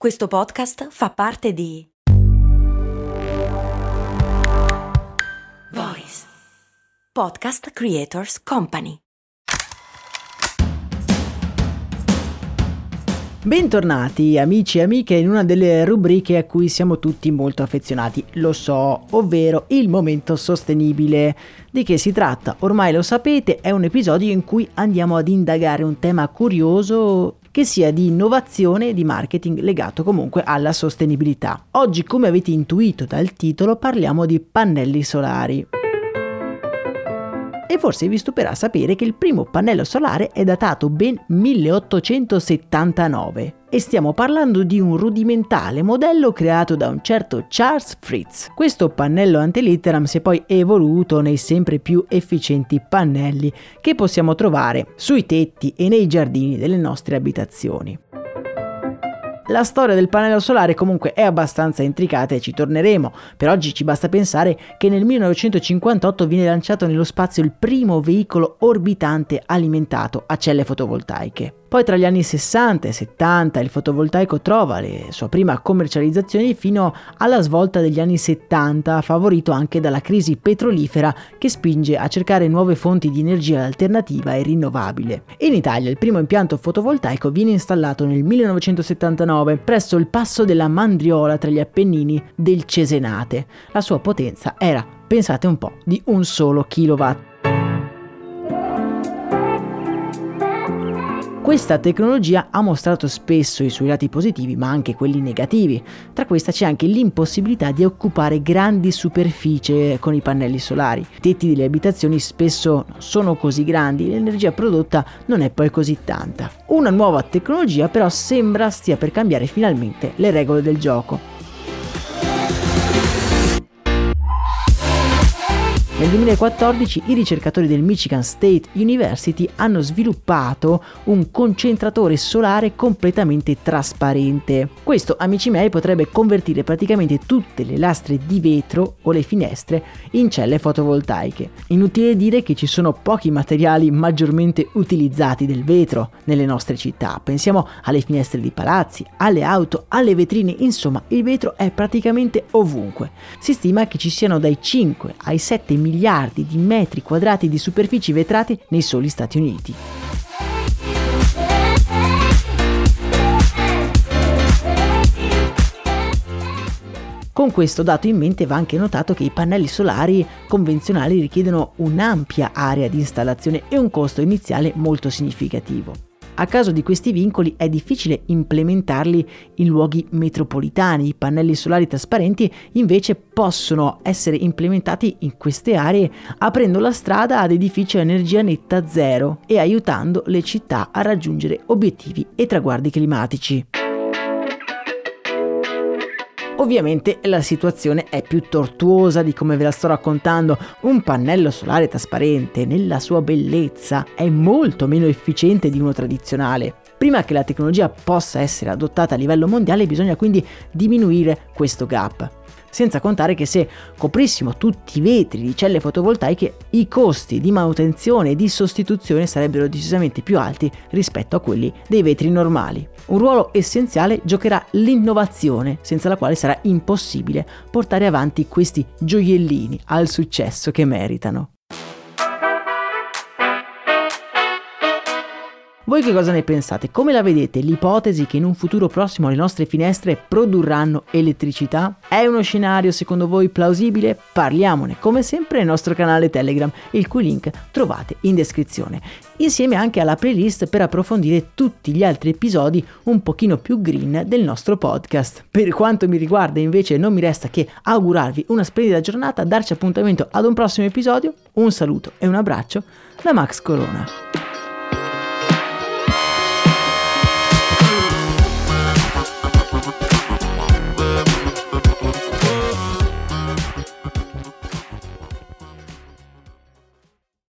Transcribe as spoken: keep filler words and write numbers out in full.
Questo podcast fa parte di Voice Podcast Creators Company. Bentornati amici e amiche in una delle rubriche a cui siamo tutti molto affezionati, lo so, ovvero il momento sostenibile. Di che si tratta? Ormai lo sapete, è un episodio in cui andiamo ad indagare un tema curioso che sia di innovazione e di marketing legato comunque alla sostenibilità. Oggi, come avete intuito dal titolo, parliamo di pannelli solari. E forse vi stupirà sapere che il primo pannello solare è datato ben milleottocentosettantanove e stiamo parlando di un rudimentale modello creato da un certo Charles Fritz. Questo pannello antelitteram si è poi evoluto nei sempre più efficienti pannelli che possiamo trovare sui tetti e nei giardini delle nostre abitazioni. La storia del pannello solare comunque è abbastanza intricata e ci torneremo. Per oggi ci basta pensare che nel millenovecentocinquantotto viene lanciato nello spazio il primo veicolo orbitante alimentato a celle fotovoltaiche. Poi tra gli anni sessanta e settanta il fotovoltaico trova la sua prima commercializzazione fino alla svolta degli anni settanta, favorito anche dalla crisi petrolifera che spinge a cercare nuove fonti di energia alternativa e rinnovabile. In Italia il primo impianto fotovoltaico viene installato nel millenovecentosettantanove presso il passo della Mandriola tra gli Appennini del Cesenate. La sua potenza era, pensate un po', di un solo kilowatt. Questa tecnologia ha mostrato spesso i suoi lati positivi ma anche quelli negativi. Tra questa c'è anche l'impossibilità di occupare grandi superfici con i pannelli solari. I tetti delle abitazioni spesso non sono così grandi, l'energia prodotta non è poi così tanta. Una nuova tecnologia però sembra stia per cambiare finalmente le regole del gioco. Nel duemilaquattordici i ricercatori del Michigan State University hanno sviluppato un concentratore solare completamente trasparente. Questo, amici miei, potrebbe convertire praticamente tutte le lastre di vetro o le finestre in celle fotovoltaiche. Inutile dire che ci sono pochi materiali maggiormente utilizzati del vetro nelle nostre città. Pensiamo alle finestre di palazzi, alle auto, alle vetrine, insomma il vetro è praticamente ovunque. Si stima che ci siano dai cinque ai sette miliardi di metri quadrati di superfici vetrate nei soli Stati Uniti. Con questo dato in mente va anche notato che i pannelli solari convenzionali richiedono un'ampia area di installazione e un costo iniziale molto significativo. A causa di questi vincoli è difficile implementarli in luoghi metropolitani. I pannelli solari trasparenti invece possono essere implementati in queste aree aprendo la strada ad edifici a energia netta zero e aiutando le città a raggiungere obiettivi e traguardi climatici. Ovviamente la situazione è più tortuosa di come ve la sto raccontando. Un pannello solare trasparente nella sua bellezza è molto meno efficiente di uno tradizionale. Prima che la tecnologia possa essere adottata a livello mondiale bisogna quindi diminuire questo gap. Senza contare che se coprissimo tutti i vetri di celle fotovoltaiche i costi di manutenzione e di sostituzione sarebbero decisamente più alti rispetto a quelli dei vetri normali. Un ruolo essenziale giocherà l'innovazione, senza la quale sarà impossibile portare avanti questi gioiellini al successo che meritano. Voi che cosa ne pensate? Come la vedete l'ipotesi che in un futuro prossimo le nostre finestre produrranno elettricità? È uno scenario secondo voi plausibile? Parliamone come sempre nel nostro canale Telegram, il cui link trovate in descrizione, insieme anche alla playlist per approfondire tutti gli altri episodi un pochino più green del nostro podcast. Per quanto mi riguarda invece non mi resta che augurarvi una splendida giornata, darci appuntamento ad un prossimo episodio, un saluto e un abbraccio da Max Corona.